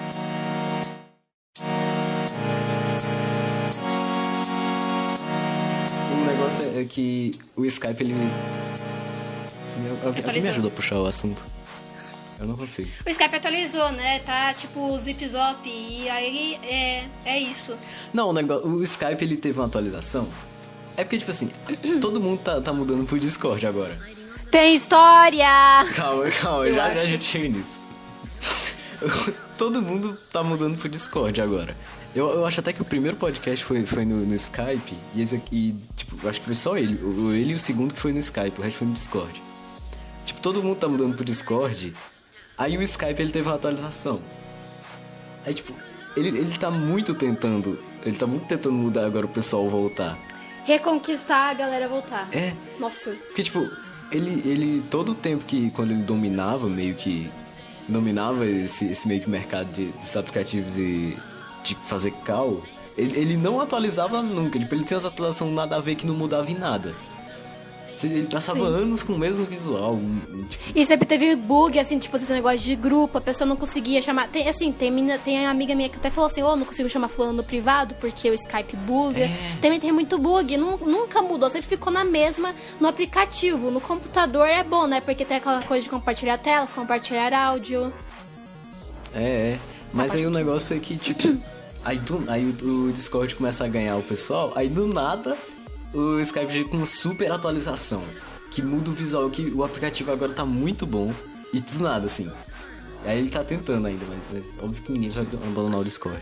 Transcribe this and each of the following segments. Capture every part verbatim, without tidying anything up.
O negócio é que o Skype, ele me... Alguém me ajuda a puxar o assunto. Eu não consigo. O Skype atualizou, né? Tá tipo zip-zop e aí é, é isso. Não, o, negócio, o Skype, ele teve uma atualização. É porque, tipo assim, todo mundo tá, tá mudando pro Discord agora. Tem história! Calma, calma, Eu já, acho. já a gente chega nisso. Todo mundo tá mudando pro Discord agora. Eu, eu acho até que o primeiro podcast foi, foi no, no Skype. E esse aqui, tipo, eu acho que foi só ele. O, ele e o segundo que foi no Skype, o resto foi no Discord. Tipo, todo mundo tá mudando pro Discord. Aí o Skype, ele teve uma atualização. Aí, tipo, ele, ele tá muito tentando... Ele tá muito tentando mudar agora o pessoal voltar. Reconquistar a galera voltar. É. Nossa. Porque, tipo, ele, ele... Todo o tempo que... Quando ele dominava, meio que... Dominava esse, esse meio que mercado de, desses aplicativos e... De fazer call... Ele, ele não atualizava nunca. Tipo, ele tinha essa atualização nada a ver que não mudava em nada. Ele passava Sim. anos com o mesmo visual. Tipo... E sempre teve bug, assim, tipo, esse negócio de grupo, a pessoa não conseguia chamar. Tem, assim, tem, menina, tem amiga minha que até falou assim, ô, oh, não consigo chamar fulano no privado porque o Skype buga. É. Também tem muito bug, não, nunca mudou, sempre ficou na mesma no aplicativo. No computador é bom, né? Porque tem aquela coisa de compartilhar tela, compartilhar áudio. É, é. Mas aí o negócio foi que, tipo, aí, do, aí o, o Discord começa a ganhar o pessoal, aí do nada. O Skype chega com uma super atualização que muda o visual, que o aplicativo agora tá muito bom e do nada, assim. Aí ele tá tentando ainda, mas, mas óbvio que ninguém vai abandonar o Discord.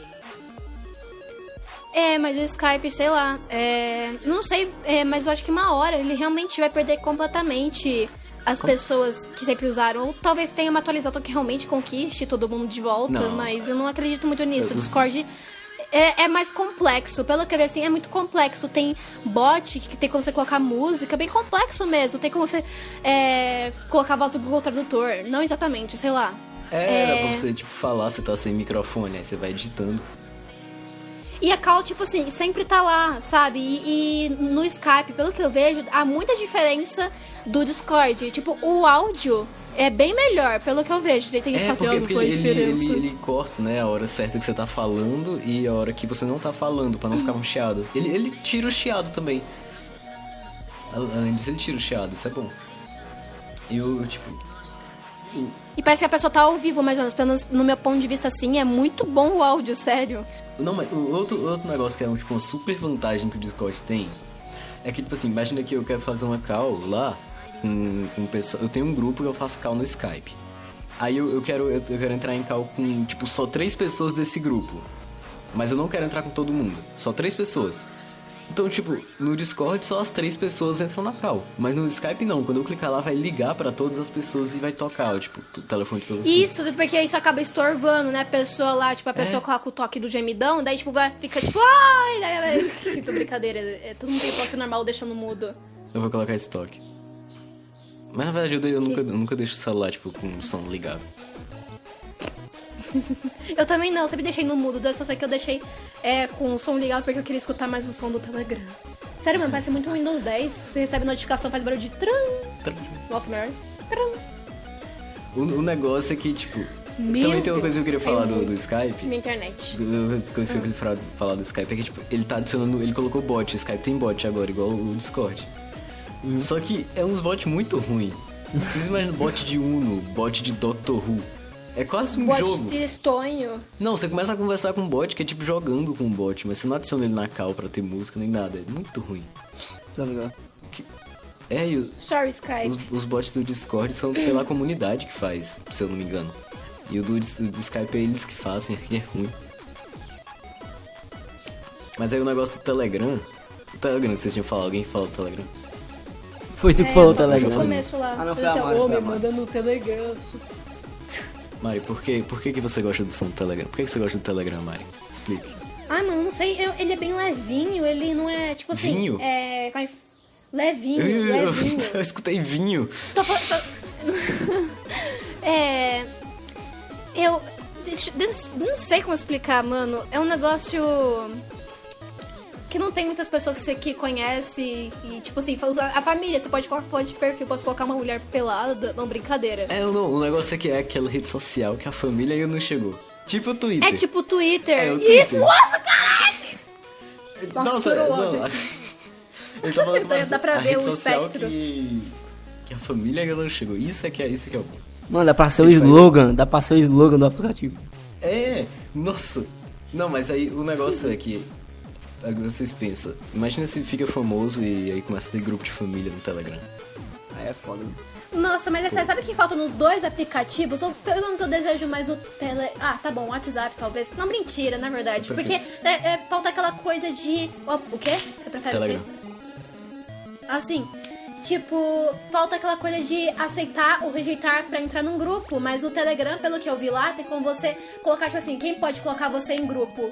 É, mas o Skype, sei lá, é, não sei, é, mas eu acho que uma hora ele realmente vai perder completamente as Com... pessoas que sempre usaram. Ou talvez tenha uma atualização que realmente conquiste todo mundo de volta, não. Mas eu não acredito muito nisso. Eu... O Discord... É, é mais complexo, pelo que eu vi assim, é muito complexo. Tem bot que tem como você colocar música, bem complexo mesmo. Tem como você é, colocar a voz do Google Tradutor. Não exatamente, sei lá. É, é... era pra você, tipo, falar, você tá sem microfone, aí você vai editando. E a call, tipo assim, sempre tá lá, sabe? E, e no Skype, pelo que eu vejo, há muita diferença do Discord. Tipo, o áudio... É bem melhor, pelo que eu vejo. Tem gente é, fazendo porque, porque ele, ele, ele corta, né, a hora certa que você tá falando e a hora que você não tá falando, pra não ficar um chiado. Ele, ele tira o chiado também. Além disso, ele tira o chiado, isso é bom. E eu, tipo... Eu... E parece que a pessoa tá ao vivo, mais ou menos. Pelo menos no meu ponto de vista, assim, é muito bom o áudio, sério. Não, mas o outro, outro negócio que é tipo, uma super vantagem que o Discord tem é que, tipo assim, imagina que eu quero fazer uma call lá... Com, com pessoa, eu tenho um grupo que eu faço call no Skype. Aí eu, eu, quero, eu, eu quero entrar em call com, tipo, só três pessoas desse grupo. Mas eu não quero entrar com todo mundo. Só três pessoas. Então, tipo, no Discord só as três pessoas entram na call. Mas no Skype não. Quando eu clicar lá, vai ligar pra todas as pessoas e vai tocar, tipo, o telefone de todas as pessoas. Isso, porque isso acaba estorvando, né? A pessoa lá, tipo, a pessoa é. coloca o toque do gemidão, daí, tipo, vai, fica tipo, ai, daí, tipo, brincadeira. É, todo mundo tem toque normal deixando mudo. Eu vou colocar esse toque. Mas na verdade eu, eu, nunca, eu nunca deixo o celular, tipo, com o som ligado. Eu também não, sempre deixei no mudo. Eu só sei que eu deixei é, com o som ligado porque eu queria escutar mais o som do Telegram. Sério, mano, parece muito um Windows dez. Você recebe notificação, faz barulho de tram. tram. Nossa, melhor. Tram. O, o negócio é que, tipo... Meu também tem uma Deus, coisa que eu queria falar do, do Skype. Minha internet. Eu conheci o que eu queria falar do Skype. É que, tipo, ele tá adicionando... Ele colocou bot. O Skype tem bot agora, igual o Discord. Hum. Só que é uns bots muito ruins. Vocês imaginam bot de Uno, bot de Doctor Who. É quase um bot jogo. Bot de estonho. Não, você começa a conversar com um bot que é tipo jogando com um bot, mas você não adiciona ele na call pra ter música nem nada. É muito ruim. Tá ligado? Que... É, e o... Sorry, Skype. Os, os bots do Discord são pela comunidade que faz, se eu não me engano. E o do, o do Skype é eles que fazem, e é ruim. Mas aí o negócio do Telegram... O Telegram que vocês tinham falado, alguém falou do Telegram? Foi tu que é, falou o Telegram. No começo lá. Ah, não, foi a Mari, foi a Mari. Mandando o Telegram. Mari, por que, por que que você gosta do som do Telegram? Por que que você gosta do Telegram, Mari? Explique. Ah, mano, não sei. Eu, ele é bem levinho, ele não é, tipo assim... Vinho? É... Levinho, eu, levinho. Eu, eu escutei vinho. Tô falando... é... Eu... Deixa, não sei como explicar, mano. É um negócio... que não tem muitas pessoas que você que conhece e, tipo assim, a família, você pode colocar foto de perfil, posso colocar uma mulher pelada, não, brincadeira. É, não, o negócio é que é aquela rede social que a família ainda não chegou. Tipo o Twitter. É tipo o Twitter. É, o Twitter. Isso, nossa, caraca! Nossa, Nossa, não, não. Ele tá falando Dá- dá pra a ver rede o social espectro. que, que a família Galã chegou. Isso é que é, isso é que é o bom. Mano, dá pra ser o Ele faz- slogan, dá pra ser o slogan do aplicativo. É, nossa. Não, mas aí o negócio é que agora vocês pensam, imagina se fica famoso e aí começa a ter grupo de família no Telegram. Aí é foda, mano. Nossa, mas é sério, sabe o que falta nos dois aplicativos? Ou pelo menos eu desejo mais no tele... Ah, tá bom, WhatsApp talvez. Não, mentira, na verdade. Eu Porque prefiro. é, é, falta aquela coisa de... ó, o quê? Você prefere Telegram. o quê? Assim, tipo, falta aquela coisa de aceitar ou rejeitar pra entrar num grupo. Mas o Telegram, pelo que eu vi lá, tem como você colocar, tipo assim, quem pode colocar você em grupo?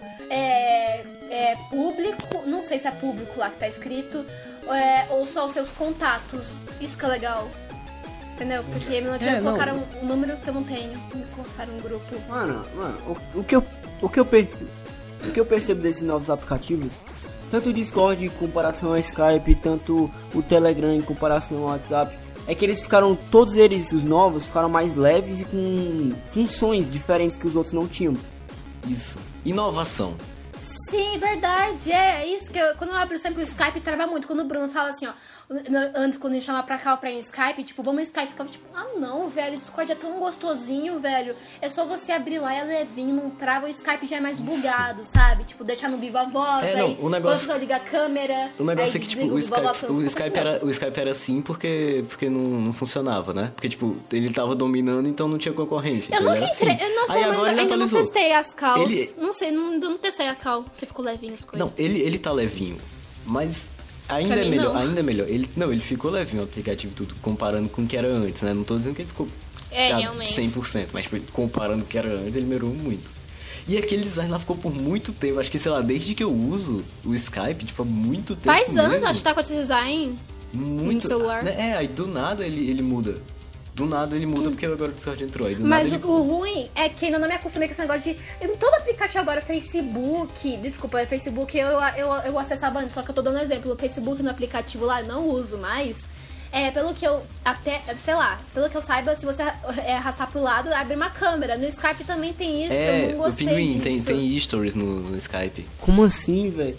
É, é público, não sei se é público lá que tá escrito, é, ou só os seus contatos. Isso que é legal. Entendeu? Porque me É, não. colocaram um número que eu não tenho. Me colocaram um grupo. Mano, mano, o, o que eu, o que eu percebo, o que eu percebo desses novos aplicativos, tanto o Discord em comparação ao Skype, tanto o Telegram em comparação ao WhatsApp, é que eles ficaram, todos eles, os novos, ficaram mais leves e com funções diferentes que os outros não tinham. Isso. Inovação. Sim, verdade. É isso que eu, quando eu abro sempre o Skype, trava muito. Quando o Bruno fala assim, ó. Antes, quando ele chama pra cá ou pra ir em Skype, tipo, vamos em Skype, ficava tipo, ah não, velho, o Discord é tão gostosinho, velho. É só você abrir lá, é levinho, não trava, o Skype já é mais bugado, sabe? Tipo, deixar no viva voz, É, aí não, o negócio- quando você liga a câmera. O negócio aí é que, tipo, desliga o Viva Voz, Skype, como o se Skype, fosse era, o Skype era assim porque, porque não, não funcionava, né? Porque, tipo, ele tava dominando, então não tinha concorrência. Eu Então nunca ele era entrei, assim. eu não sei, Aí mas agora ele ainda não atualizou. testei as calls. Ele- Não sei, não, ainda não testei a cal. Você ficou levinho as coisas. Não, ele, ele tá levinho, mas ainda Pra é mim, melhor, não. ainda é melhor. Ele, não, ele ficou levinho o aplicativo e tudo, comparando com o que era antes, né? Não tô dizendo que ele ficou É, tá, realmente. cem por cento, mas tipo, comparando com o que era antes, ele melhorou muito. E aquele design lá ficou por muito tempo, acho que, sei lá, desde que eu uso o Skype, tipo, há muito tempo Faz anos, mesmo. acho que tá com esse design. Muito. no celular. Né? É, aí do nada ele, ele muda. Do nada ele muda porque agora o Discord entrou. Aí do Mas nada o, ele... o ruim é que ainda não me acostumei com esse negócio de... Em todo aplicativo agora, Facebook... Desculpa, é Facebook eu, eu, eu acessava antes, só que eu tô dando um exemplo. O Facebook no aplicativo lá eu não uso mais. É, pelo que eu... Até, sei lá, pelo que eu saiba, se você é, arrastar pro lado, abre uma câmera. No Skype também tem isso, eu É, não o gostei Pinguim disso. tem, tem stories no, no Skype. Como assim, velho?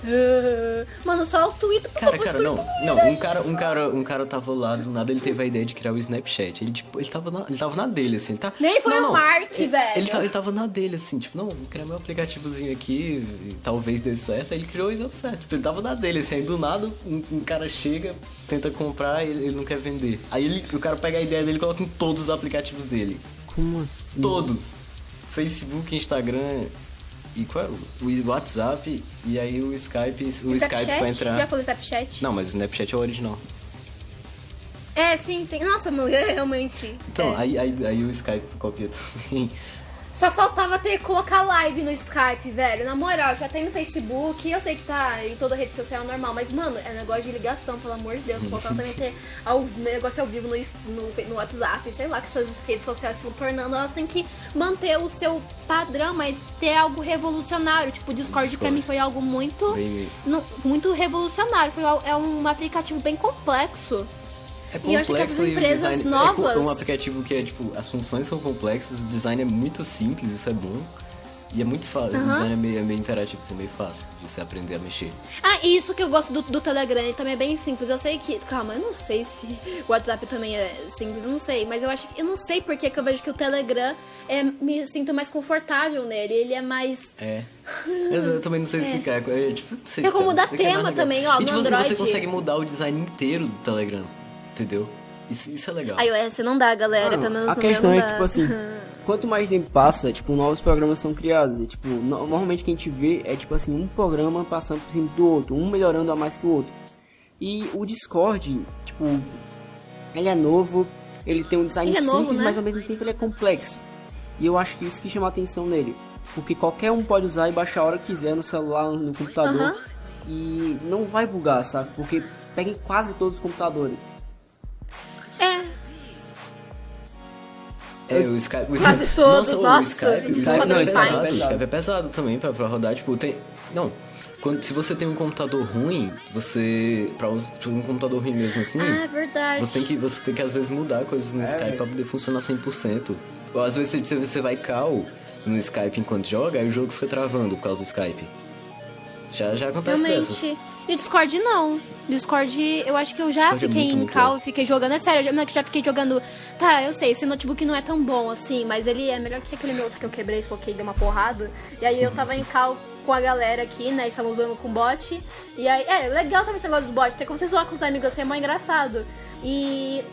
Mano, só o Twitter... Cara, cara, não, não, um cara, um cara, um cara tava lá, do nada ele teve a ideia de criar o Snapchat. Ele, tipo, ele tava na, ele tava na dele, assim, ele tá... Nem foi não, o não, Mark, ele, velho. Ele, tá- ele tava na dele, assim, tipo, não, vou criar meu aplicativozinho aqui, e talvez dê certo. Aí ele criou e deu certo. Tipo, ele tava na dele, assim, aí do nada um, um cara chega, tenta comprar e ele, ele não quer vender. Aí ele, o cara pega a ideia dele e coloca em todos os aplicativos dele. Como assim? Todos. Facebook, Instagram... E qual é? O WhatsApp e aí o Skype, o Skype Snapchat? pra entrar... Já falou Snapchat? Não, mas o Snapchat é o original. É, sim, sim. Nossa, mano, realmente. Então, é. aí, aí, aí o Skype copia também. Só faltava ter colocar live no Skype, velho. Na moral, já tem no Facebook. Eu sei que tá em toda rede social normal, mas, mano, é negócio de ligação, pelo amor de Deus. Faltava também ter ao, negócio ao vivo no, no, no WhatsApp, sei lá, que essas redes sociais estão tornando. Elas têm que manter o seu padrão, mas ter algo revolucionário. Tipo, o Discord, Discord. pra mim foi algo muito, Bem- no- muito revolucionário. Foi, al- é um aplicativo bem complexo. É E eu acho que essas complexo e o empresas design- novas- É um aplicativo que é, tipo, as funções são complexas, o design é muito simples, isso é bom. E é muito fácil, o Aham. design é meio, é meio interativo, isso é meio fácil de você aprender a mexer. Ah, e isso que eu gosto do, do Telegram, ele também é bem simples. Eu sei que. Calma, eu não sei se o WhatsApp também é simples, eu não sei. Mas eu acho que. Eu não sei porque que eu vejo que o Telegram é, me sinto mais confortável nele. Ele é mais. É. Eu, eu também não sei explicar. É, tipo, você Tem como escreve, mudar você quer tema navegar. também, ó, E no tipo, você- você Android. consegue mudar o design inteiro do Telegram, entendeu? Isso, isso é legal. iOS não dá, galera. Mano, pelo menos a no questão meu é não que, dá. tipo assim, quanto mais tempo passa, tipo, novos programas são criados. E, tipo, no- normalmente o que a gente vê é, tipo assim, um programa passando por cima do outro, um melhorando a mais que o outro. E o Discord, tipo, ele é novo, ele tem um design Ele é simples, novo, né? mas ao mesmo tempo ele é complexo. E eu acho que isso que chama a atenção nele. Porque qualquer um pode usar e baixar a hora que quiser no celular, no computador. Aham. E não vai bugar, sabe? Porque pega em quase todos os computadores. É. É, o Skype... O Quase Skype- todos, o nossa, Skype, o gente, Skype, não, não, é isso é pesado, pesado. o Skype é pesado também pra, pra rodar, tipo, tem... Não, quando, se você tem um computador ruim, você... Pra us- tipo, um computador ruim mesmo assim... Ah, é verdade. Você tem que, você tem que às vezes mudar coisas no Skype pra poder funcionar cem por cento. Ou às vezes você, você vai call no Skype enquanto joga, aí o jogo fica travando por causa do Skype. Já, já acontece Realmente. dessas. E Discord não. Discord, eu acho que eu já Discord é fiquei muito, em muito call, bom. fiquei jogando. É sério, eu já, já fiquei jogando. Tá, eu sei, esse notebook não é tão bom assim, mas ele é melhor que aquele meu que eu quebrei, soquei, dei uma porrada. E aí eu tava em call com a galera aqui, né? Estavam usando com bot. E aí, é legal também esse negócio dos bots. Tem como você zoar com os amigos assim, é mó engraçado. E.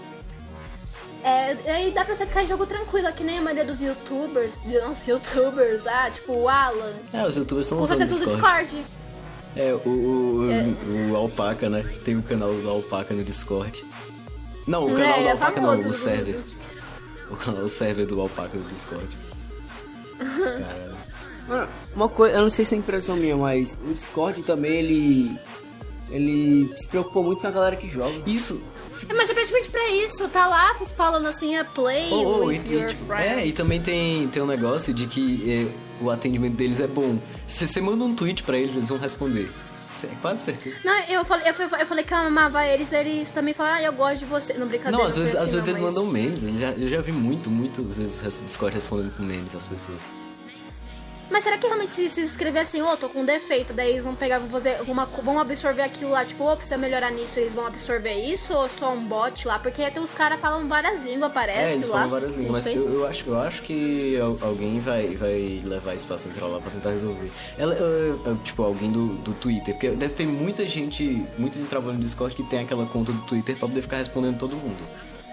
É, aí dá pra você ficar em jogo tranquilo, que nem a maioria dos youtubers. Nossa, youtubers, ah, tipo o Alan. É, os youtubers estão Com usando certeza do Discord. Discord. É, o, o, É. o Alpaca, né? Tem o canal do Alpaca no Discord. Não, o É, canal do é Alpaca famoso. não, o server. O canal, o server do Alpaca no Discord. Caralho. Mano, uma coisa, eu não sei se é impressão minha, mas o Discord também, ele... Ele se preocupou muito com a galera que joga. Isso. É, mas é praticamente pra isso, tá lá falando assim, é play Oh, oh, e, with e, your tipo, friends. é, e também tem, tem um negócio de que é, o atendimento deles é bom. Se você manda um tweet pra eles, eles vão responder. Cê- É quase certeza. Não, eu falei, eu, falei- eu falei que eu amava eles, eles também falaram, ah, eu gosto de você. Não, brincadeira. Não, às vezes, foi às assim, vezes não, eles mas- mandam memes. Eu já, eu já vi muito, muitas vezes res- Discord respondendo com memes às pessoas. Mas será que realmente se, se escrever assim, ô, tô com defeito, daí eles vão pegar, vão fazer uma, vão absorver aquilo lá, tipo, ô, precisa melhorar nisso, eles vão absorver isso ou só um bot lá? Porque tem os caras falando várias línguas, parece É, eles lá. falam várias línguas, Não mas sei. eu, eu, acho, eu acho que al- alguém vai, vai levar espaço central lá pra tentar resolver. Ela, eu- eu- tipo, alguém do, do Twitter, porque deve ter muita gente, muita gente trabalhando no Discord que tem aquela conta do Twitter pra poder ficar respondendo todo mundo.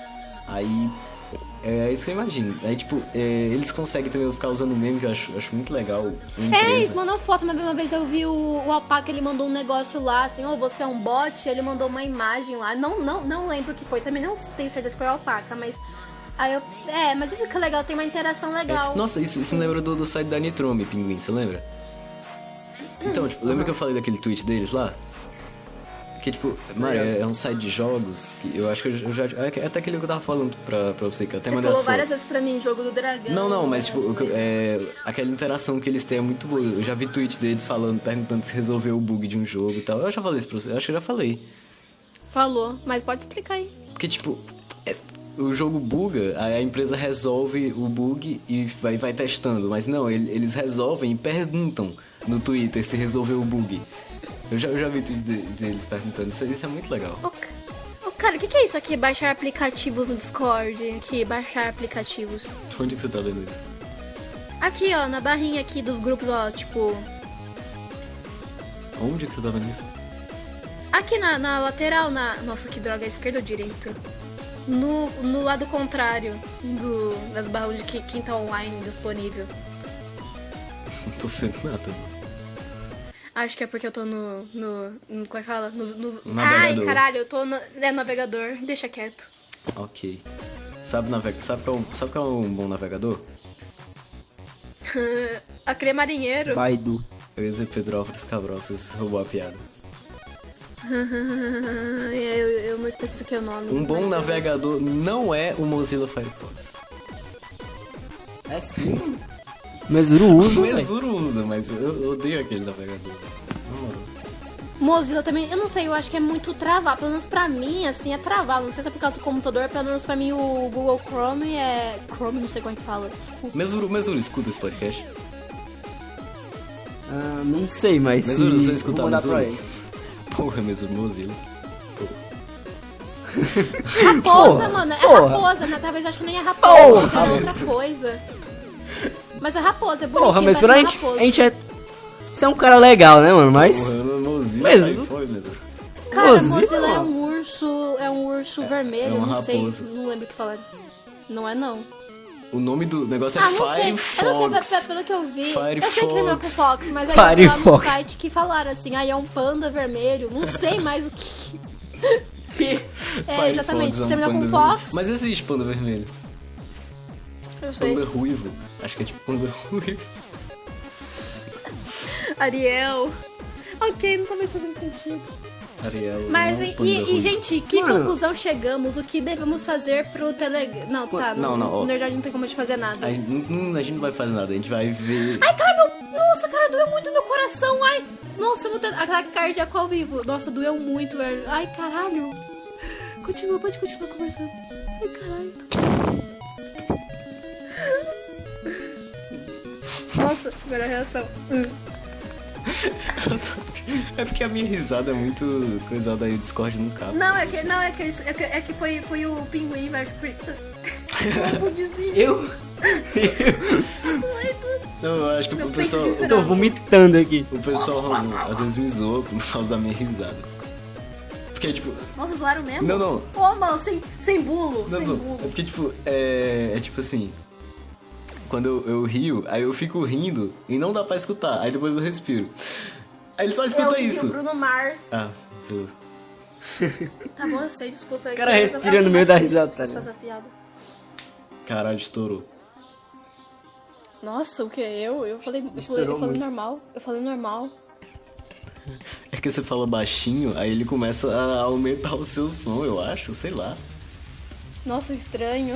Aí, é isso que eu imagino. Aí, tipo, é, eles conseguem também ficar usando meme, que eu acho, acho muito legal. Uma É, empresa. eles mandam foto. Uma vez, uma vez eu vi o, o Alpaca, ele mandou um negócio lá, assim, ô, você é um bot? Ele mandou uma imagem lá. Não, não, não lembro o que foi. Também não tenho certeza que foi o Alpaca, mas... Aí eu... É, mas isso que é legal, tem uma interação legal. É, nossa, isso, isso me lembra do, do site da Nitrome, Pinguim, você lembra? Então, tipo, lembra que eu falei daquele tweet deles lá? Que, tipo, mano, é, é um site de jogos que eu acho que eu já... É até aquele que eu tava falando pra, pra você, que eu até Você mandei falou as várias fotos. vezes pra mim, jogo do dragão. Não, não, mas, tipo, essas o que eu- coisas. é, aquela interação que eles têm é muito boa. Eu já vi tweet deles falando, perguntando se resolveu o bug de um jogo e tal. Eu já falei isso pra você, eu acho que eu já falei. Falou, mas pode explicar aí. Porque, tipo, é- o jogo buga, aí a empresa resolve o bug e vai, vai testando. Mas não, ele- eles resolvem e perguntam no Twitter se resolveu o bug. Eu já, eu já vi tweet de- deles perguntando, isso, isso é muito legal. Ô, ca- ô, cara, o que, que é isso aqui? Baixar aplicativos no Discord? Aqui, baixar aplicativos. Onde que você tá vendo isso? Aqui, ó, na barrinha aqui dos grupos, ó, tipo... Onde que você tá vendo isso? Aqui na, na lateral, na... Nossa, que droga, é esquerda ou direita? No, no lado contrário do, das barras de qui- quinta online disponível. Não tô vendo nada. Acho que é porque eu tô no... no, no como é que fala? No, no... Navegador. Ai, caralho, eu tô no... É, navegador. Deixa quieto. Ok. Sabe, navega... sabe, qual, sabe qual é um bom navegador? Aquele marinheiro. Baidu. Eu ia dizer Pedrópolis Cabral, vocês roubou a piada. eu, eu não especifiquei o nome. Um bom mas- navegador não é o Mozilla Firefox. É sim. Mesuro usa, O velho. Mesuro usa, mas eu eu odeio aquele navegador. Na moral. Mozilla também, eu não sei, eu acho que é muito travar. Pelo menos pra mim, assim, é travar. Não sei se é por causa do computador, pelo menos pra mim o Google Chrome é... Chrome, não sei como é que fala, desculpa. Mesuro, Mesuro, escuta esse podcast. Ah, não sei, mas Mesuro, se... você escutar vou mandar Mesuro? pra ele. Porra, Mesuro, Mozilla. Raposa, Porra, mano, é porra. raposa, né? Talvez eu acho que nem é raposa, Porra, é mas- outra coisa. Mas é raposa, é bonitinho, Porra, mas parece a uma gente, raposa. a gente é... Você é um cara legal, né, mano? Mas... Porra, Mozilla Mesuro. Firefox, Mesuro. Cara, Mozilla, Mozilla é mano. um urso, é um urso vermelho, é uma não sei, raposa. não lembro o que falar. Não é não. O nome do negócio é Ah, não sei. Firefox. Eu não sei, pe- pelo que eu vi. Eu sei que terminou com Firefox. Fox, mas aí eu vi lá no Firefox. site que falaram assim, aí é um panda vermelho, não sei mais o que. É, exatamente, Firefox é um terminou com panda Fox. vermelho. Mas existe panda vermelho. Eu sei. Panda ruivo. Acho que é tipo panda ruivo. Ariel. Ok, não tá mais fazendo sentido. Ariel. Mas, não, e, panda e, ruivo. gente, que Mano. conclusão chegamos? O que devemos fazer pro Telegram? Não, tá, não, não, não, ó. na verdade não tem como a gente fazer nada. A gente, hum, a gente não vai fazer nada, a gente vai ver. Ai, cara, meu... Nossa, cara, doeu muito meu coração, ai. Nossa, vou ter ataque cardíaco ao vivo. Nossa, doeu muito, velho. Ai, caralho. Continua, pode continuar conversando. Ai, caralho. Nossa, primeira reação. É porque a minha risada é muito coisada aí, o Discord não cabe. Não, é que, não, é que, isso- é que, é que foi, foi o pinguim, velho. Foi... Um bugzinho. Eu? Não, eu acho que o Meu pessoal, peito de Eu tô vomitando aqui. o pessoal às vezes me zoa por causa da minha risada. Porque, tipo, Nossa, zoaram mesmo? Não, não. Ô, mano, sem, sem bulo, não, sem não. bulo. É porque, tipo, é, é tipo assim. Quando eu, eu rio, aí eu fico rindo e não dá pra escutar. Aí depois eu respiro. Aí ele só escuta eu vi isso. o Bruno Mars. Ah, beleza. Tá bom, eu sei, desculpa. é cara que eu- respira eu no meio da acho que risada, preciso tá fazer a piada. Caralho, estourou. Nossa, o que? Eu? Eu falei, eu falei, Estourou eu falei muito. normal. Eu falei normal. É que você fala baixinho, aí ele começa a aumentar o seu som, eu acho, sei lá. Nossa, estranho.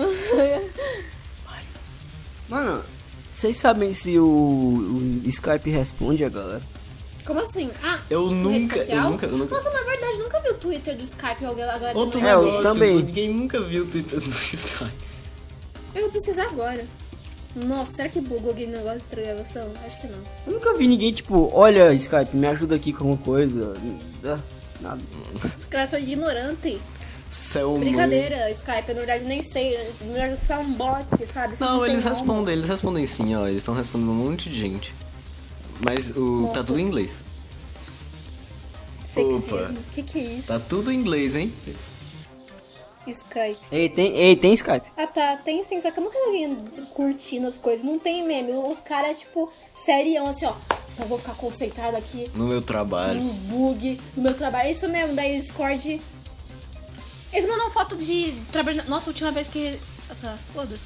Mano, vocês sabem se o, o Skype responde a galera? Como assim? Ah, Eu rede nunca, eu social? nunca, eu nunca... Nossa, na verdade, nunca vi o Twitter do Skype. A galera Outro não É, eu negócio, também. ninguém nunca viu o Twitter do Skype. Eu vou pesquisar agora. Nossa, será que bugou alguém no negócio de gravação? Acho que não. Eu nunca vi ninguém, tipo, olha, Skype, me ajuda aqui com alguma coisa. Ah, nada. Os caras são ignorantes. Céu Brincadeira, Skype. Eu, na verdade, nem sei. Na verdade, só um bot, sabe? Isso Não, tem eles nome. respondem, eles respondem sim, ó. Eles estão respondendo um monte de gente. Mas o tá Nossa. tudo em inglês. Sexismo. Opa. O que que é isso? Tá tudo em inglês, hein? Skype. Ei, tem, ei, tem Skype. Ah tá, tem sim, só que eu nunca vi alguém curtindo as coisas. Não tem meme. Os caras, tipo, serião, assim, ó. Só vou ficar concentrado aqui No meu trabalho. nos bug, no meu trabalho. É isso mesmo, daí o Discord. Eles mandam foto de trabalho. na- Nossa, a última vez que. Ah tá, foda-se.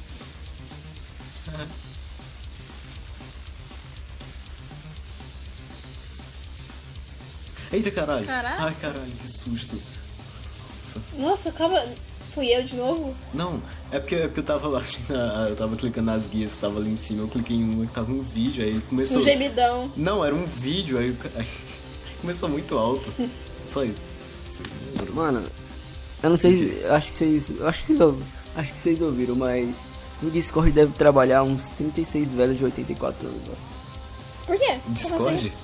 Eita, caralho. Caralho. Ai, caralho, que susto. Nossa. Nossa, calma. Fui eu de novo? Não, é porque, é porque eu tava lá, na- eu tava clicando nas guias, tava ali em cima, eu cliquei em uma que tava um vídeo, aí começou... Um gemidão. Não, era um vídeo, aí, o ca- aí começou muito alto. Só isso. Mano, eu não sei, se- eu acho que vocês, eu acho que vocês ouviram, acho que vocês ouviram, mas no Discord deve trabalhar uns trinta e seis velhos de oitenta e quatro anos, ó. Por quê? Como Discord? assim?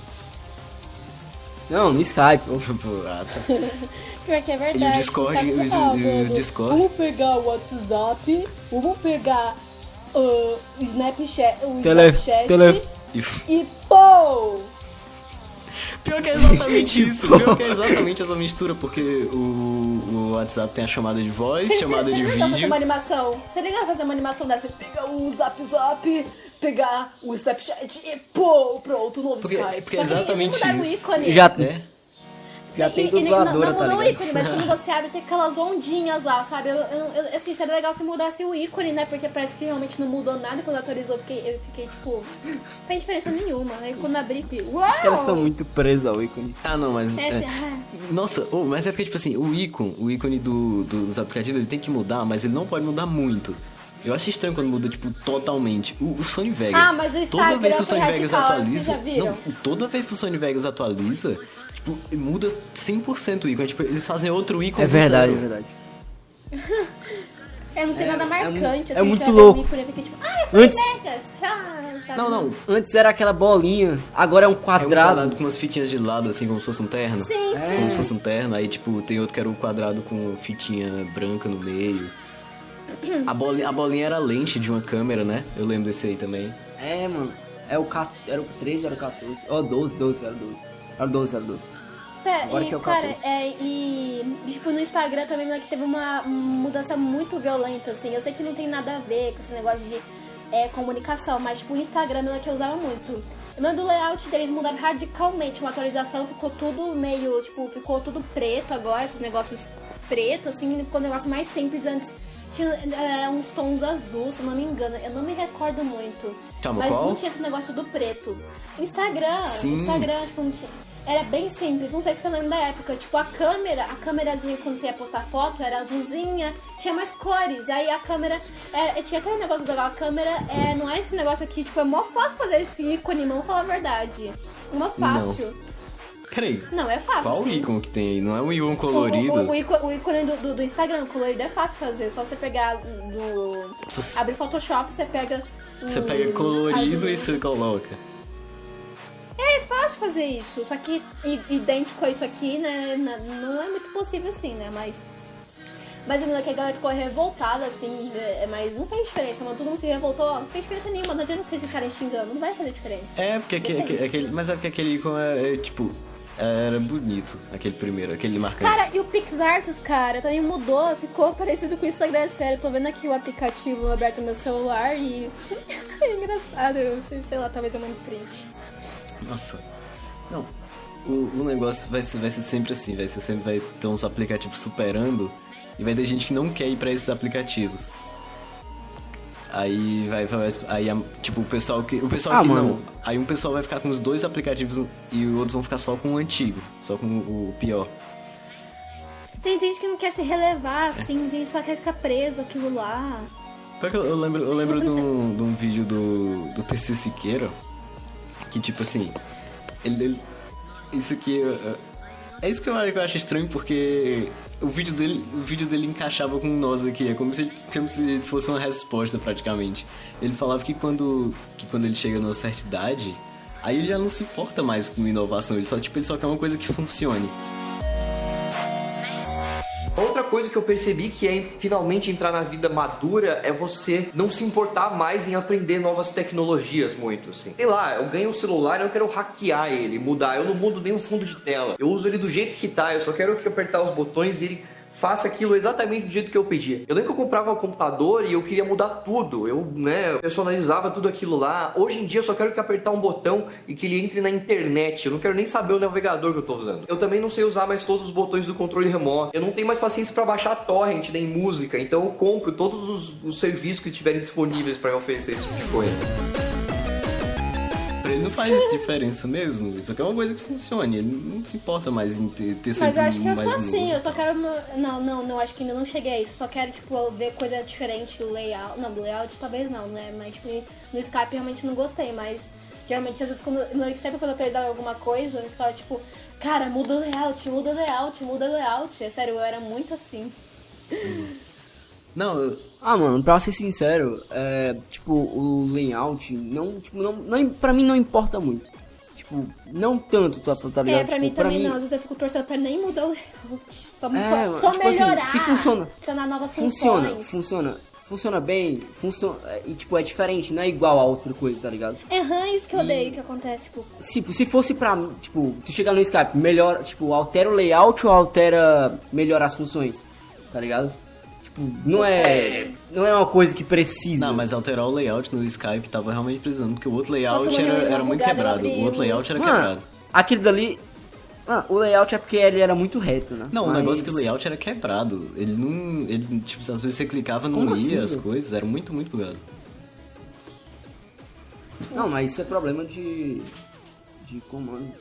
Não, no Skype. ó. Ah, tá. Pior que é verdade. E o Discord, Os caras o- falam, o mano, Discord? Vamos pegar o WhatsApp, vamos pegar uh, o Snapchat, o Tele- Snapchat tele- E... e pô! Pior que é exatamente isso, pior que é exatamente essa mistura, porque o, o WhatsApp tem a chamada de voz, chamada de Você fazer vídeo. uma animação? Você liga fazer uma animação dessa? Pegar o Zap Zap, pegar o Snapchat e pô, pronto, novo Porque- Skype. porque Só é que eles exatamente mudaram o isso. ícone. Já, É? já tem E- e- dubladora, não, não, tá não o ligado? ícone, mas quando você abre tem aquelas ondinhas lá, sabe? Eu, eu, eu, assim, seria legal se mudasse o ícone, né? Porque parece que realmente não mudou nada. Quando atualizou, eu fiquei, eu fiquei tipo, não fez diferença nenhuma. Aí quando abri, uau! Os caras são muito presos ao ícone. Ah, não, mas... É, assim, é. ah, Nossa, oh, mas é porque, tipo assim, o ícone, o ícone do, do- dos aplicativos, ele tem que mudar, mas ele não pode mudar muito. Eu acho estranho quando muda, tipo, totalmente. O, o Sony Vegas. Ah, mas o toda Instagram vez que o foi Sony Vegas radical, atualiza. vocês já viram? Não, toda vez que o Sony Vegas atualiza, tipo, muda cem por cento o ícone. Tipo, eles fazem outro ícone. É do verdade, é zero. verdade. é, não tem nada marcante. é assim, muito você abre louco. o ícone e fica tipo, ah, é Sony Antes- Vegas! Ah, sabe? Não, não. Antes era aquela bolinha, agora é um É um quadrado. quadrado com umas fitinhas de lado, assim, como se fosse um terno. Sim, sim. Como se fosse um terno. Aí, tipo, tem outro que era um quadrado com fitinha branca no meio. A bolinha, a bolinha era a lente de uma câmera, né? Eu lembro desse aí também. É, mano. É o ca- era o treze, era o quatorze. Ó, doze, doze, era doze. Era doze, era doze. Pera, Agora e, que é o cara, catorze. é, e, e, tipo, no Instagram também né, que teve uma mudança muito violenta, assim. Eu sei que não tem nada a ver com esse negócio de é, comunicação, mas, tipo, o Instagram é que eu usava muito. Eu lembro do layout deles mudaram radicalmente. Uma atualização ficou tudo meio, tipo, ficou tudo preto agora, esses negócios pretos, assim, ficou um negócio mais simples antes. Tinha é, uns tons azul, se eu não me engano. Eu não me recordo muito. Calma, mas qual? não tinha esse negócio do preto. Instagram, Sim. Instagram, tipo, não tinha- era bem simples. Não sei se você lembra da época. Tipo, a câmera, a câmerazinha quando você ia postar foto era azulzinha, tinha mais cores. Aí a câmera, é, tinha aquele negócio da a câmera, é, não é esse negócio aqui, tipo, é mó fácil fazer esse ícone, vamos falar a verdade. É mó fácil. Peraí. Não, é fácil. Qual sim. ícone que tem aí? Não é um ícone O, colorido? o, o, ícone, o ícone do, do, do Instagram colorido é fácil fazer. É só você pegar do. Nossa. Abre o Photoshop, você pega Você pega colorido e você coloca. É fácil fazer isso, só que i- idêntico a isso aqui, né, n- não é muito possível assim, né, mas... Mas ainda que a galera ficou revoltada, assim, é, mas não fez diferença, mano, todo mundo se revoltou, não fez diferença nenhuma, não adianta vocês ficarem xingando, não vai fazer diferença. É, porque aquele, aquele, aquele- mas é porque aquele ícone é, é, tipo, era bonito, aquele primeiro, aquele marcante. Cara, e o PixArts, cara, também mudou, ficou parecido com o Instagram, sério, tô vendo aqui o aplicativo aberto no meu celular e... é engraçado, eu sei, sei lá, talvez eu mande print. Nossa. Não, o, o negócio vai ser, vai ser sempre assim, vai ser sempre vai ter uns aplicativos superando e vai ter gente que não quer ir pra esses aplicativos. Aí vai, vai aí tipo o pessoal que o pessoal Ah, que mano. não, aí um pessoal vai ficar com os dois aplicativos e os outros vão ficar só com o antigo, só com o pior. Tem gente que não quer se relevar, assim, tem gente que só quer ficar preso aquilo lá. Porque eu, eu lembro, eu lembro de um, de um vídeo do, do P C Siqueira que tipo assim, ele, ele isso aqui é, é isso que eu, que eu acho estranho porque o vídeo dele, o vídeo dele encaixava com nós aqui, é como se, como se fosse uma resposta praticamente. Ele falava que quando, que quando ele chega numa certa idade, aí ele já não se importa mais com inovação, ele só, tipo, ele só quer uma coisa que funcione. Outra coisa que eu percebi que é finalmente entrar na vida madura é você não se importar mais em aprender novas tecnologias muito, assim. Sei lá, eu ganho um celular e eu quero hackear ele, mudar. Eu não mudo nem o fundo de tela. Eu uso ele do jeito que tá, eu só quero que apertar os botões e ele faça aquilo exatamente do jeito que eu pedia. Eu lembro que eu comprava um computador e eu queria mudar tudo. Eu, né, personalizava tudo aquilo lá. Hoje em dia eu só quero que apertar um botão e que ele entre na internet. Eu não quero nem saber o navegador que eu tô usando. Eu também não sei usar mais todos os botões do controle remoto. Eu não tenho mais paciência pra baixar torrent nem música. Então eu compro todos os, os serviços que estiverem disponíveis pra me oferecer esse tipo de coisa. Pra ele não faz diferença mesmo, ele só quer uma coisa que funcione, ele não se importa mais em ter, ter Mas sempre eu acho que eu mais sou assim, novo. eu só quero... uma- Não, não, não, acho que ainda não cheguei a isso. Só quero, tipo, ver coisa diferente, layout... Não, do layout talvez não, né? Mas, tipo, no Skype realmente não gostei, mas... Geralmente, às vezes, quando, sempre quando eu precisava de alguma coisa, eu ficava, tipo... Cara, muda o layout, muda o layout, muda o layout. É sério, eu era muito assim. Não, eu, Ah, mano, pra ser sincero, é, tipo, o layout não, tipo, não, não, pra mim não importa muito. Tipo, não tanto, tá, tá ligado? É, pra tipo, mim também não. Às vezes eu fico torcendo pra nem mudar o layout. Só, É, só, só tipo assim, melhorar. se funciona. Adicionar novas Funciona, funções. funciona, funciona bem, funciona, e tipo, é diferente, não é igual a outra coisa, tá ligado? É hum, isso que eu odeio que acontece, tipo... Se, se fosse pra, tipo, tu chegar no Skype, melhor, tipo, altera o layout ou altera, melhora as funções, tá ligado? Tipo, não é, não é uma coisa que precisa. não, mas alterar o layout no Skype tava realmente precisando, porque o outro layout Nossa, era, mano, eu era muito bugado, quebrado, eu abri o outro o- layout era Mano, quebrado. aquele dali... Ah, o layout é porque ele era muito reto, né? Não, o Mas- negócio é que o layout era quebrado, ele não, ele, tipo, às vezes você clicava, não Como lia assim, as coisas, era muito, muito bugado. Não, mas isso é problema de... De comando.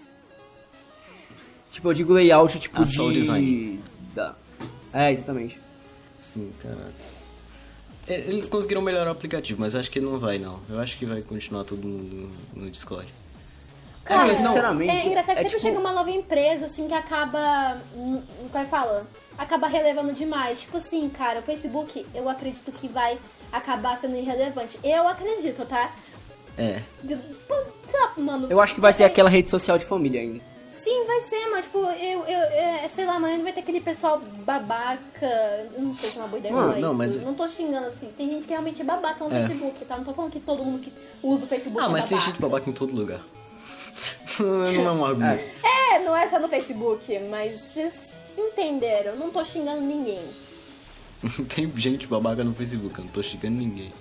Tipo, eu digo layout, tipo, Ah, só o de... design. Da... É, exatamente. Sim, caraca. É, eles conseguiram melhorar o aplicativo, mas eu acho que não vai, não. Eu acho que vai continuar tudo no, no Discord. Cara, mas, sinceramente, é engraçado que é sempre tipo- chega uma nova empresa, assim, que acaba... hum, Como é que fala? Acaba relevando demais. Tipo assim, cara, o Facebook, eu acredito que vai acabar sendo irrelevante. Eu acredito, tá? É. De- pô, sei lá, mano... Eu acho que vai ser aquela rede social de família ainda. Sim, vai ser, mas tipo, eu, eu, é, sei lá, amanhã vai ter aquele pessoal babaca. Eu não sei se é uma boa ideia Mano, falar não, isso. mas- Não tô xingando assim. Tem gente que realmente é babaca no É. Facebook, tá? Não tô falando que todo mundo que usa o Facebook Ah, é mas tem babaca. gente babaca em todo lugar. Não é um argumento. É, não é só no Facebook, mas vocês entenderam. Não tô xingando ninguém. Tem gente babaca no Facebook, eu não tô xingando ninguém.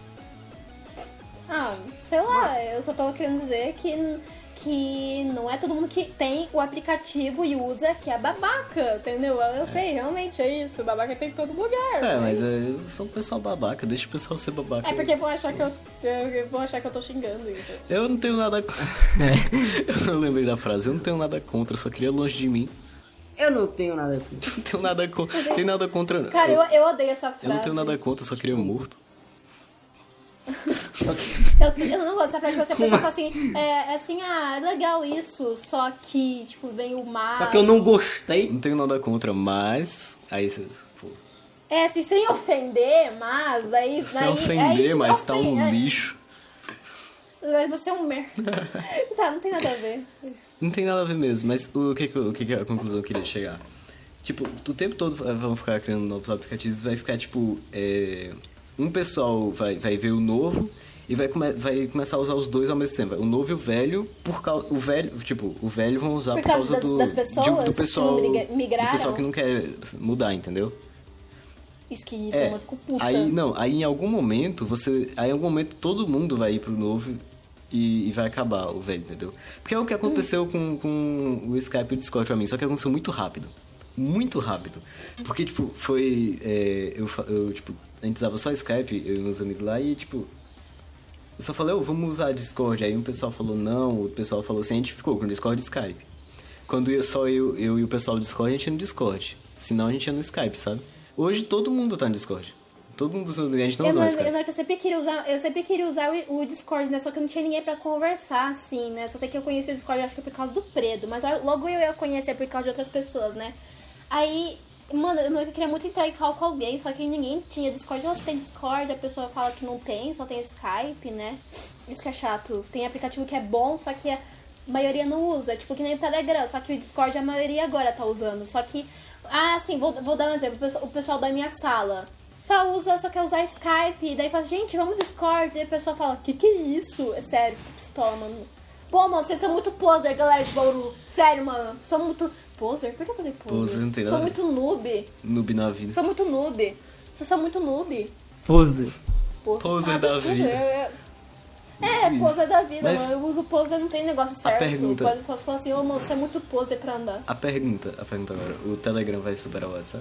Ah, sei lá, eu só tô querendo dizer que, que não é todo mundo que tem o aplicativo e usa que é babaca, entendeu? Eu sei, realmente é isso. Babaca tem em todo lugar. É, mas é, são o pessoal babaca, deixa o pessoal ser babaca. É porque vão achar que eu, eu vão achar que eu tô xingando. Então. Eu não tenho nada. Eu lembrei da frase, eu não tenho nada contra, eu só queria longe de mim. Eu não tenho nada com Não tenho nada contra. Tem nada contra. Cara, eu, eu odeio essa frase. eu não tenho nada contra, eu só queria morto. Só que... Eu, eu não gosto dessa frase, você pensa fala assim, é, é assim, ah, é legal isso, só que, tipo, vem o mas... Só que eu não gostei. Não tenho nada contra, mas. Aí vocês. Pô. É, assim, sem ofender, mas aí... Sem aí, ofender, aí, mas tá um ofende- lixo. Mas você é um merda. Tá, não tem nada a ver. Não tem nada a ver mesmo, mas o que, que, eu- o que, que é a conclusão que eu queria chegar? Tipo, o tempo todo vamos ficar criando novos aplicativos, vai ficar tipo. É, um pessoal vai, vai ver o novo e vai, come, vai começar a usar os dois ao mesmo tempo. O novo e o velho, por causa. O velho, tipo, o velho vão usar Por por, causa causa das- do. das pessoas de- do que pessoal. não migra- migraram? Do pessoal que não quer mudar, entendeu? Isso que irrita, É, eu fico puta. aí não, aí em algum momento você, aí em algum momento todo mundo vai ir pro novo e, e vai acabar o velho, entendeu? Porque é o que aconteceu com, com o Skype e o Discord pra mim, só que aconteceu muito rápido, muito rápido, porque tipo foi, é, eu, fa- eu tipo, a gente usava só Skype, eu e meus amigos lá e tipo, eu só falei, oh, vamos usar Discord, aí um pessoal falou não, o pessoal falou assim, a gente ficou com o Discord e Skype. Quando ia só eu, eu e o pessoal do Discord, a gente ia no Discord, senão a gente ia no Skype, sabe? Hoje todo mundo tá no Discord. Todo mundo, a gente não Eu, usa mais mas, Skype. mas eu sempre queria usar, eu sempre queria usar o, o Discord, né? Só que eu não tinha ninguém pra conversar, assim, né? Só sei que eu conheci o Discord, acho que por causa do Predo, mas logo eu ia conhecer por causa de outras pessoas, né? Aí, mano, eu queria muito entrar em call com alguém, só que ninguém tinha Discord. Você tem Discord, a pessoa fala que não tem, só tem Skype, né? Isso que é chato. Tem aplicativo que é bom, só que a maioria não usa, tipo que nem o Telegram, só que o Discord a maioria agora tá usando. Só que, ah, sim, vou, vou dar um exemplo, o pessoal- o pessoal da minha sala só usa, só quer usar Skype, e daí fala, gente, vamos no Discord, e a pessoa fala, que que é isso? É sério, fico pistola, mano. Pô, mano, vocês são muito poser, galera de Bauru. Sério, mano, são muito... Poser? Por que eu falei poser? Poser não tem São nada a muito noob. Noob na vida. São muito noob. Vocês são muito noob. Poser. Pô, Poser da desculpa, vida. eu- eu- É, Isso. poser da vida, Mas mano. Eu uso poser, não tem negócio certo. pergunta- Pode posso falar assim, ô, mano, você é muito poser pra andar. A pergunta, a pergunta agora, o Telegram vai superar o WhatsApp?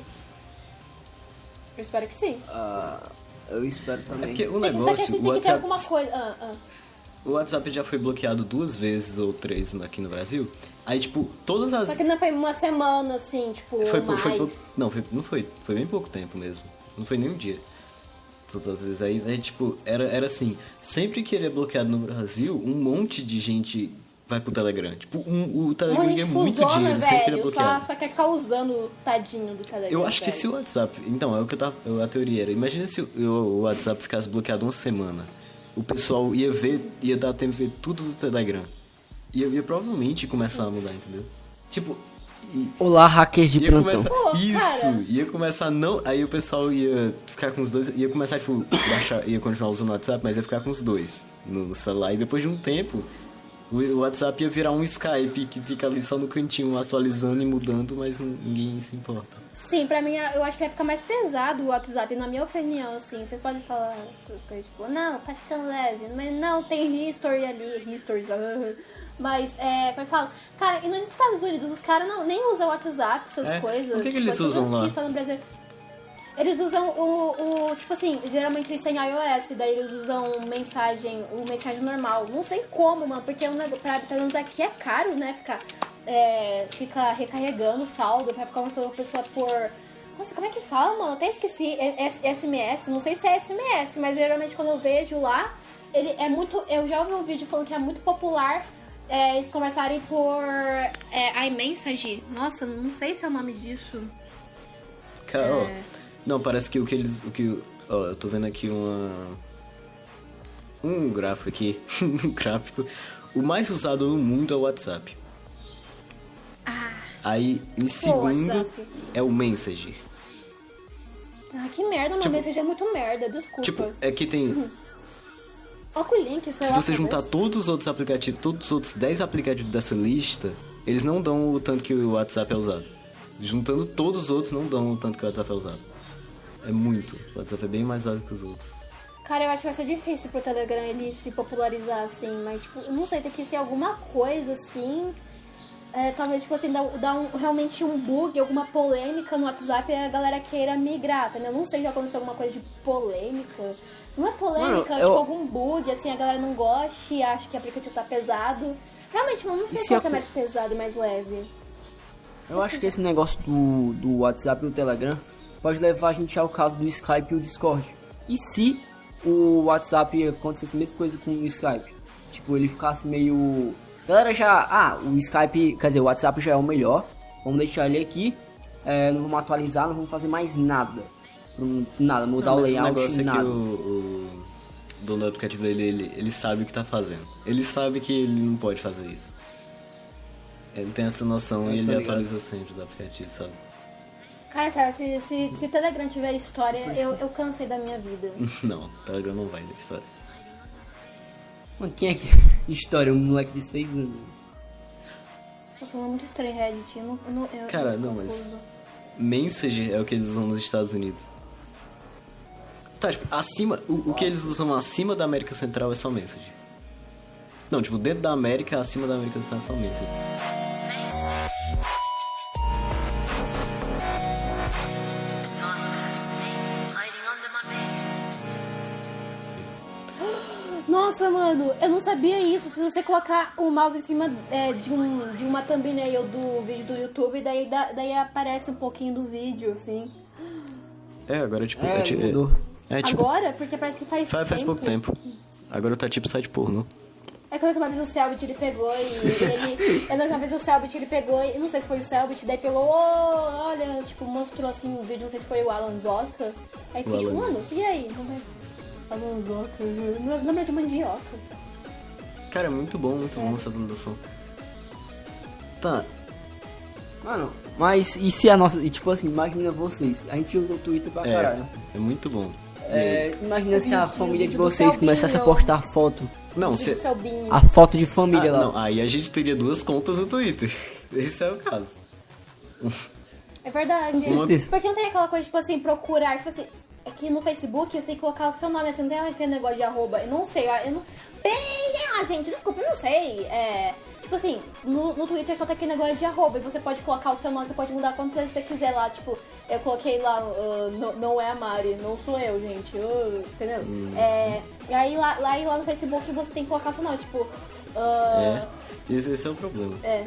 Eu espero que sim. Ah, eu espero É também. porque o Tem que- só que negócio, assim, o tem que ter WhatsApp, alguma coisa... Ah, ah. o WhatsApp já foi bloqueado duas vezes ou três aqui no Brasil. Aí, tipo, todas as... Só que não foi uma semana, assim, tipo, Foi, pou- mais. foi, pou- não, foi, não foi, foi bem pouco tempo mesmo. Não foi nem um dia. Todas as vezes. Aí, aí tipo, era, era assim, sempre que ele é bloqueado no Brasil, um monte de gente vai pro Telegram. Tipo, um, o Telegram Uma ganha muito difusona, dinheiro sempre que ele é velho, só, bloqueado. só quer ficar usando o tadinho do Telegram. Eu acho que velho. se o WhatsApp... Então, é o que eu tava... A teoria era... Imagina se o, o WhatsApp ficasse bloqueado uma semana. O pessoal ia ver... Ia dar tempo de ver tudo do Telegram. Ia, ia provavelmente começar a mudar, entendeu? Tipo... e- Olá, hackers de ia plantão. começar... Pô, Isso! cara. Ia começar a não... Aí o pessoal ia ficar com os dois... Ia começar, tipo... Baixar, ia continuar usando o WhatsApp, mas ia ficar com os dois no, no celular. E depois de um tempo... O o WhatsApp ia virar um Skype que fica ali só no cantinho atualizando e mudando, mas não- ninguém se importa. Sim, pra mim, eu acho que vai ficar mais pesado o WhatsApp, na minha opinião, assim. Você pode falar essas coisas, tipo, não, tá ficando leve, mas não, tem history ali, history, mas, é, como é que fala? Cara, e nos Estados Unidos, os caras não, nem usam WhatsApp, essas É? coisas. O que que tipo, eles é tudo usam lá? aqui, só no Brasil. Eles usam o, o, tipo assim, geralmente eles têm iOS, daí eles usam mensagem, o mensagem normal. Não sei como, mano, porque é um negócio, pra, pra uns aqui é caro, né, ficar, é, ficar recarregando o saldo, pra ficar conversando com a pessoa por... Nossa, como é que fala, mano? Até esqueci, é, é S M S, não sei se é S M S, mas geralmente quando eu vejo lá, ele é muito, eu já ouvi um vídeo falando que é muito popular, é, eles conversarem por é, iMessage. Nossa, não sei se é o nome disso. Cara, ó, não, parece que o que eles. O que, ó, eu tô vendo aqui uma. Um gráfico aqui. Um gráfico. O mais usado no mundo é o WhatsApp. Ah, Aí, em segundo, WhatsApp. é o Messenger. ah que merda, mano. Tipo- Mensagem é muito merda, desculpa. Tipo, é que tem. Olha com o link, sei Se lá, você juntar talvez. todos os outros aplicativos, todos os outros dez aplicativos dessa lista, eles não dão o tanto que o WhatsApp é usado. Juntando todos os outros, não dão o tanto que o WhatsApp é usado. É muito. O WhatsApp é bem mais usado que os outros. Cara, eu acho que vai ser difícil pro Telegram ele se popularizar assim, mas, tipo, eu não sei, tem que ser alguma coisa assim. É, talvez, tipo assim, dar, dar um, realmente um bug, alguma polêmica no WhatsApp e a galera queira migrar, entendeu? Não sei se já aconteceu alguma coisa de polêmica. Não é polêmica, Mano, tipo, eu- algum bug, assim, a galera não gosta e acha que o aplicativo tá pesado. Realmente, mano, não sei se qual que é aco- mais pesado e mais leve. Eu acho que esse negócio do, do WhatsApp e do Telegram pode levar a gente ao caso do Skype e o Discord. E se o WhatsApp acontecesse a mesma coisa com o Skype? Tipo, ele ficasse meio... Galera já... Ah, o Skype... Quer dizer, o WhatsApp já é o melhor. Vamos deixar ele aqui. É, não vamos atualizar, não vamos fazer mais nada. Por nada, mudar Não, o mas layout, o negócio nada. é que o, o dono do aplicativo, ele, ele, ele sabe o que tá fazendo. Ele sabe que ele não pode fazer isso. Ele tem essa noção Eu e tô ele ligado. atualiza sempre os aplicativos, sabe? Cara, sério, se, se, se Telegram tiver história, eu, eu cansei da minha vida. Não, Telegram não vai ter história. Mano, quem é que... História, um moleque de seis anos. Nossa, é muito estranho Reddit. Eu não, eu não, eu, Cara, eu não, mas- confuso. Messenger é o que eles usam nos Estados Unidos. Tá, tipo, acima... O, o que eles usam acima da América Central é só Messenger. Não, tipo, dentro da América, acima da América Central é só Messenger. Nossa, mano, eu não sabia isso. Se você colocar o mouse em cima é, de, um, de uma thumbnail do vídeo do YouTube, daí, da- daí aparece um pouquinho do vídeo, assim. É, agora, tipo... É, É, ti- é- mudou. é, tipo... Agora? Porque parece que faz Faz, faz pouco tempo. que- Agora tá tipo site pornô. É como que uma vez o Selbit ele pegou e ele. É uma vez o Selbit ele pegou e não sei se foi o Selbit, daí pegou, oh, olha, tipo, mostrou assim um vídeo, não sei se foi o Alan Zoca. Aí fiquei tipo, Alan. mano, e aí? Não vai. Alan Zoca, não lembra de mandioca. Cara, é muito bom, muito É. bom essa atualização. Tá, Mano, mas e se a nossa... E tipo assim, imagina vocês. A gente usa o Twitter pra é, caralho. é muito bom. É, imagina se a vídeo- família de vídeo do vocês Selbinho. começasse a postar foto. Não, Do se... Selbinho. A foto de Ah, família lá. não, aí a gente teria duas contas no Twitter. Esse é o caso. É verdade. Com certeza. Porque não tem aquela coisa, tipo assim, procurar, tipo assim, aqui no Facebook você tem que colocar o seu nome, assim, não tem aquele negócio de arroba. Eu não sei, eu não. Bem, ah, gente, desculpa, eu não sei. É. Tipo assim, no, no Twitter só tem aquele negócio de arroba e você pode colocar o seu nome, você pode mudar quantas vezes você quiser lá, tipo, eu coloquei lá, uh, não, não é a Mari, não sou eu, gente, uh, entendeu? É, e aí lá, lá, e lá no Facebook você tem que colocar o seu nome, tipo, uh, É, esse, esse é o problema. é.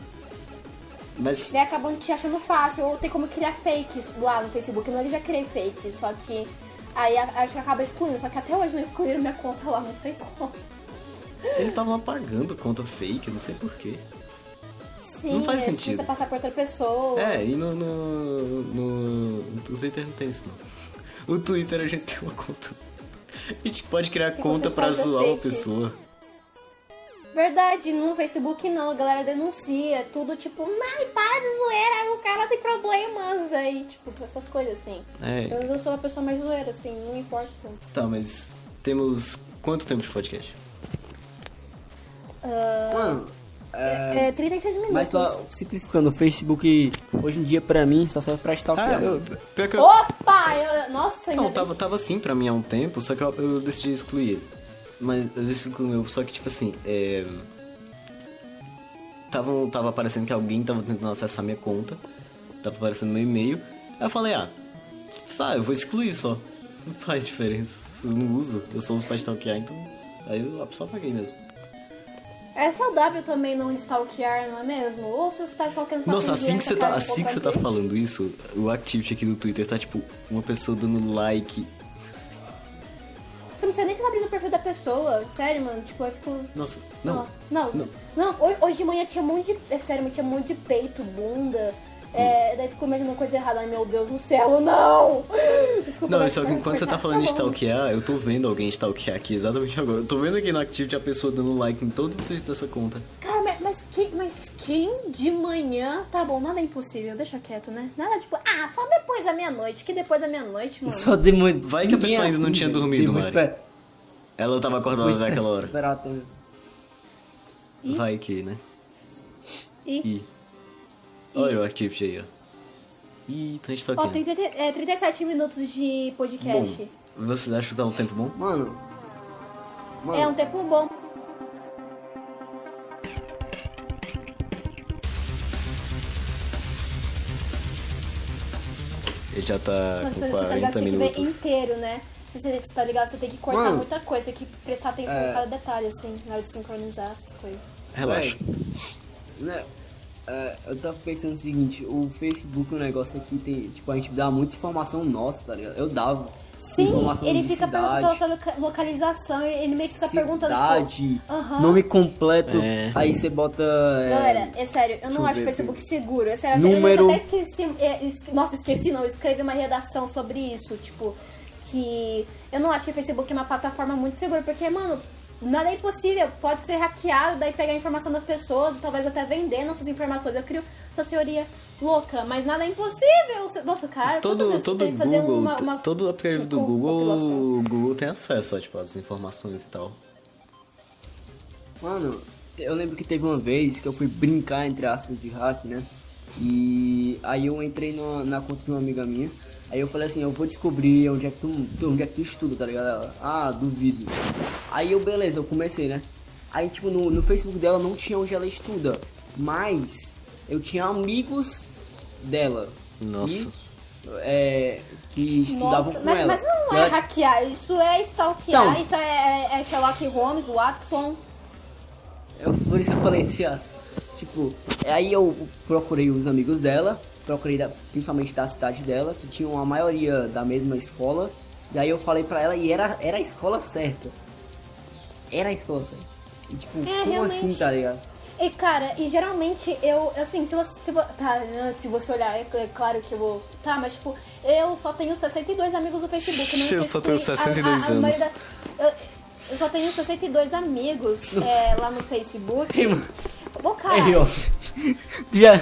Mas, E aí acabam te achando fácil, ou tem como criar fakes lá no Facebook. Não, eu já criei fake, só que aí a- acho que acaba excluindo. Só que até hoje não excluíram minha conta lá, não sei como. ele tava apagando conta fake, não sei porquê. Sim, Não faz é, sentido. Se você passar por outra pessoa. É, e no, no, no, no Twitter não tem isso não. O Twitter a gente tem uma conta. A gente pode criar Que conta você pra faz a zoar uma fake. pessoa. Verdade, no Facebook não, a galera denuncia. É tudo tipo, ai, para de zoeira, o cara tem problemas. Aí, tipo, essas coisas assim. É. Eu, eu sou uma pessoa mais zoeira, assim, não importa. Tá, mas temos quanto tempo de podcast? Mano, É, trinta e seis minutos. mas tô simplificando, o Facebook hoje em dia pra mim só serve pra stalkear. Ah, eu, pior que eu... Opa! Eu, nossa, ainda Não, bem tava, tava assim pra mim há um tempo, só que eu, eu decidi excluir ele. Mas eu decidi excluir, só que tipo assim, é... Tava, tava aparecendo que alguém tava tentando acessar minha conta, tava aparecendo meu e-mail, aí eu falei, ah, tá, eu vou excluir só. Não faz diferença, eu não uso, eu só uso pra stalkear, então... Aí eu só apaguei mesmo. É saudável também não stalkear, não é mesmo? Ou se você tá stalkeando só Nossa, com assim que você doença, tá, cara, assim que você tá pouca gente. falando isso, o activity aqui do Twitter tá tipo, uma pessoa dando like. Você não precisa nem estar abrindo o perfil da pessoa. Sério, mano. Tipo, eu fico... Nossa, não. Não, Não. não. Hoje, hoje de manhã tinha um monte de... É sério, mas tinha um monte de peito, bunda. É, daí ficou imaginando coisa errada. Ai, meu Deus do céu, não! Desculpa, Não, mas- só que enquanto você tá falando de bom. stalkear, eu tô vendo alguém stalkear aqui exatamente agora. Eu tô vendo aqui no Activity a pessoa dando like em todos os tweets dessa conta. Cara, mas, mas, quem, mas quem de manhã... Tá bom, nada é impossível. Deixa quieto, né? Nada tipo... Ah, só depois da meia-noite. Que depois da meia-noite, mano. Só demorou. Vai que a pessoa ainda não tinha dormido, Mari. Espera. Ela tava acordada Vou naquela hora. esperar até... Ih. Vai que, né? Ih. Ih. Olha o Activity aí, ó. Ih, tá Ó, stalkeando. trinta, é, trinta e sete minutos de podcast. Bom, vocês acham que tá um tempo bom? Mano... Mano, É um tempo bom. Ele já tá Mas com você, você tá ligado, quarenta você tem que ver minutos. inteiro, né? Você, você tá ligado, você tem que cortar Mano, muita coisa, tem que prestar atenção é. em cada detalhe, assim, na hora de sincronizar essas coisas. Relaxa. né, é, eu tava pensando o seguinte, o Facebook, o negócio aqui tem, tipo, a gente dá muita informação nossa, tá ligado? Eu dava. Sim, informação ele de fica cidade, perguntando sua loca- localização, ele meio que fica perguntando, cidade, tipo... aham. nome completo, É. aí você bota... é, Galera, é sério, eu deixa não eu acho o ver Facebook aqui. seguro. É sério, Número- eu até esqueci. é, es- nossa, esqueci não, eu escrevi uma redação sobre isso. Tipo, que eu não acho que o Facebook é uma plataforma muito segura, porque, mano, nada é impossível. Pode ser hackeado, daí pegar a informação das pessoas, talvez até vender nossas informações. Eu crio essa teoria louca, mas nada é impossível. Nossa, cara, quantas Todo, vezes todo tem que fazer Google, uma, uma todo aplicativo do com- Google, compilação? o Google tem acesso, ó, tipo, às informações e tal. Mano, eu lembro que teve uma vez que eu fui brincar, entre aspas, de hack, né? E aí eu entrei na, na conta de uma amiga minha. Aí eu falei assim, eu vou descobrir onde é que tu, tu- onde é que tu estuda, tá ligado? Ela, ah, duvido. Aí eu, beleza, eu comecei, né? Aí, tipo, no, no Facebook dela não tinha onde ela estuda. Mas eu tinha amigos dela. Nossa. Que, é, que estudavam Nossa, com mas, ela. mas não E é ela, hackear, isso é stalkear, Então. isso é, é Sherlock Holmes, Watson. Eu, por isso que eu falei entre aspas. Tipo, aí eu procurei os amigos dela, procurei da, principalmente da cidade dela, que tinham a maioria da mesma escola. E aí eu falei pra ela e era, era a escola certa. Era a escola certa. E tipo, É, como realmente. assim, tá ligado? E cara, e geralmente eu, assim, se você, se, vo- tá, ah, se você olhar, é, é claro que eu vou, tá, mas tipo, eu só tenho sessenta e dois amigos no Facebook. No Eu só tenho Facebook, sessenta e dois a- a- a anos. maioria da- eu, eu só tenho sessenta e dois amigos é, lá no Facebook. Ei, mano. Ô, cara, Aí, ó. Tu já.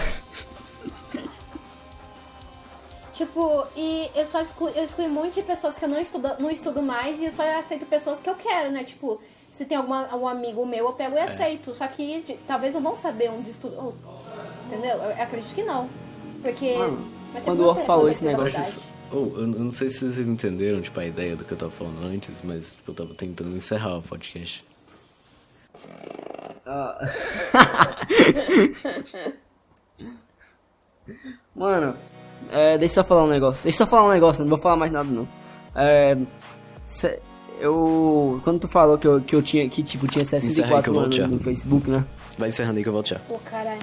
tipo, e eu só excluo, eu excluí um monte de pessoas que eu não estudo, não estudo mais e eu só aceito pessoas que eu quero, né? Tipo, se tem alguma, algum amigo meu, eu pego e aceito. Só que de- talvez não vão saber onde estudo. oh, entendeu? Eu, eu acredito que não. Porque. Mano, vai ter quando que o manter Or falou a esse negócio, privacidade. Oh, eu, eu não sei se vocês entenderam, tipo, a ideia do que eu tava falando antes, mas tipo, eu tava tentando encerrar o podcast. Ah. Mano, é, deixa eu só falar um negócio. Deixa eu só falar um negócio, não vou falar mais nada não. É, cê- eu. Quando tu falou que eu, que eu tinha. Que tipo, tinha Encerra aí que sessenta e quatro eu volto anos já. no Facebook, né? Vai encerrando aí que eu volto já. Pô, caralho.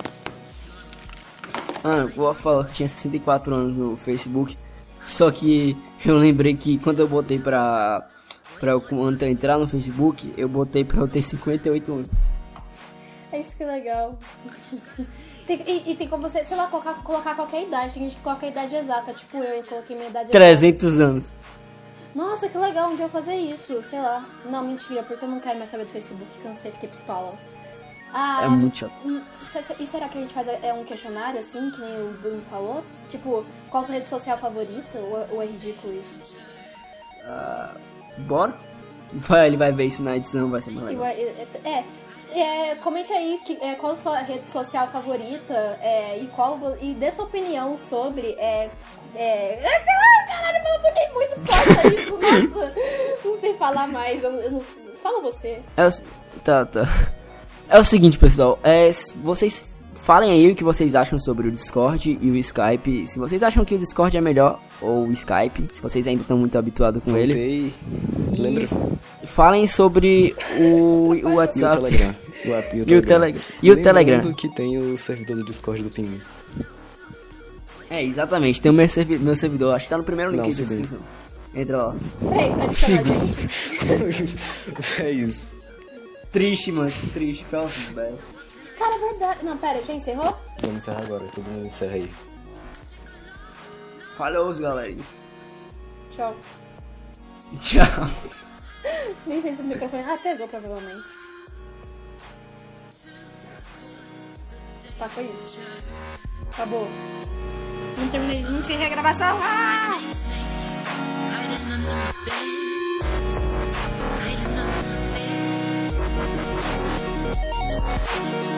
Ah, vou falar que tinha sessenta e quatro anos no Facebook. Só que eu lembrei que quando eu botei pra. Pra eu quando eu entrar no Facebook, eu botei pra eu ter cinquenta e oito anos. É isso que é legal. Tem- e, e tem como você, sei lá, colocar, colocar qualquer idade. Tem gente que coloca a idade exata. Tipo, eu coloquei minha idade trezentos anos. exata. Nossa, que legal, um dia eu vou fazer isso. Sei lá. Não, mentira, porque eu não quero mais saber do Facebook. Cansei, fiquei pistola. Ah, É muito chato. hum, se- se- e será que a gente faz é um questionário assim, que nem o Bruno falou? Tipo, qual a sua rede social favorita? Ou, ou é ridículo isso? Bora? Vai, ele vai ver isso na edição, vai ser mais E legal. vai- É, é, é, comenta aí que, é, qual a sua rede social favorita é, e qual vo- e dê sua opinião sobre. É, é, é, sei lá, caralho, mano, eu buguei muito passa isso, nossa. Não sei falar mais, eu, eu não sei. Fala você. É o, tá, tá. É o seguinte, pessoal. É, s- vocês falem aí o que vocês acham sobre o Discord e o Skype. Se vocês acham que o Discord é melhor ou o Skype, se vocês ainda estão muito habituados com ele. Voltei. Lembra? Falem sobre o, o E o WhatsApp. Telegram. O, at- E o Telegram. E o Lembrando Telegram. que tem o servidor do Discord do Pinguim. É, exatamente. Tem o meu, servi meu servidor. Acho que tá no primeiro link Não, aí da segundo. descrição. Entra lá. Peraí, pra adicionar a gente. É isso. Triste, mano. Triste. Nossa, velho. Cara, é verdade. Não, pera, já encerrou? Vamos encerrar agora, todo mundo encerra aí. Falou, galerinha. Tchau. Tchau. Nem sei se o microfone. Ah, pegou provavelmente. Tá, foi isso. Acabou. Não terminei, não encerrei a gravação. Ah! Hiding on the bed.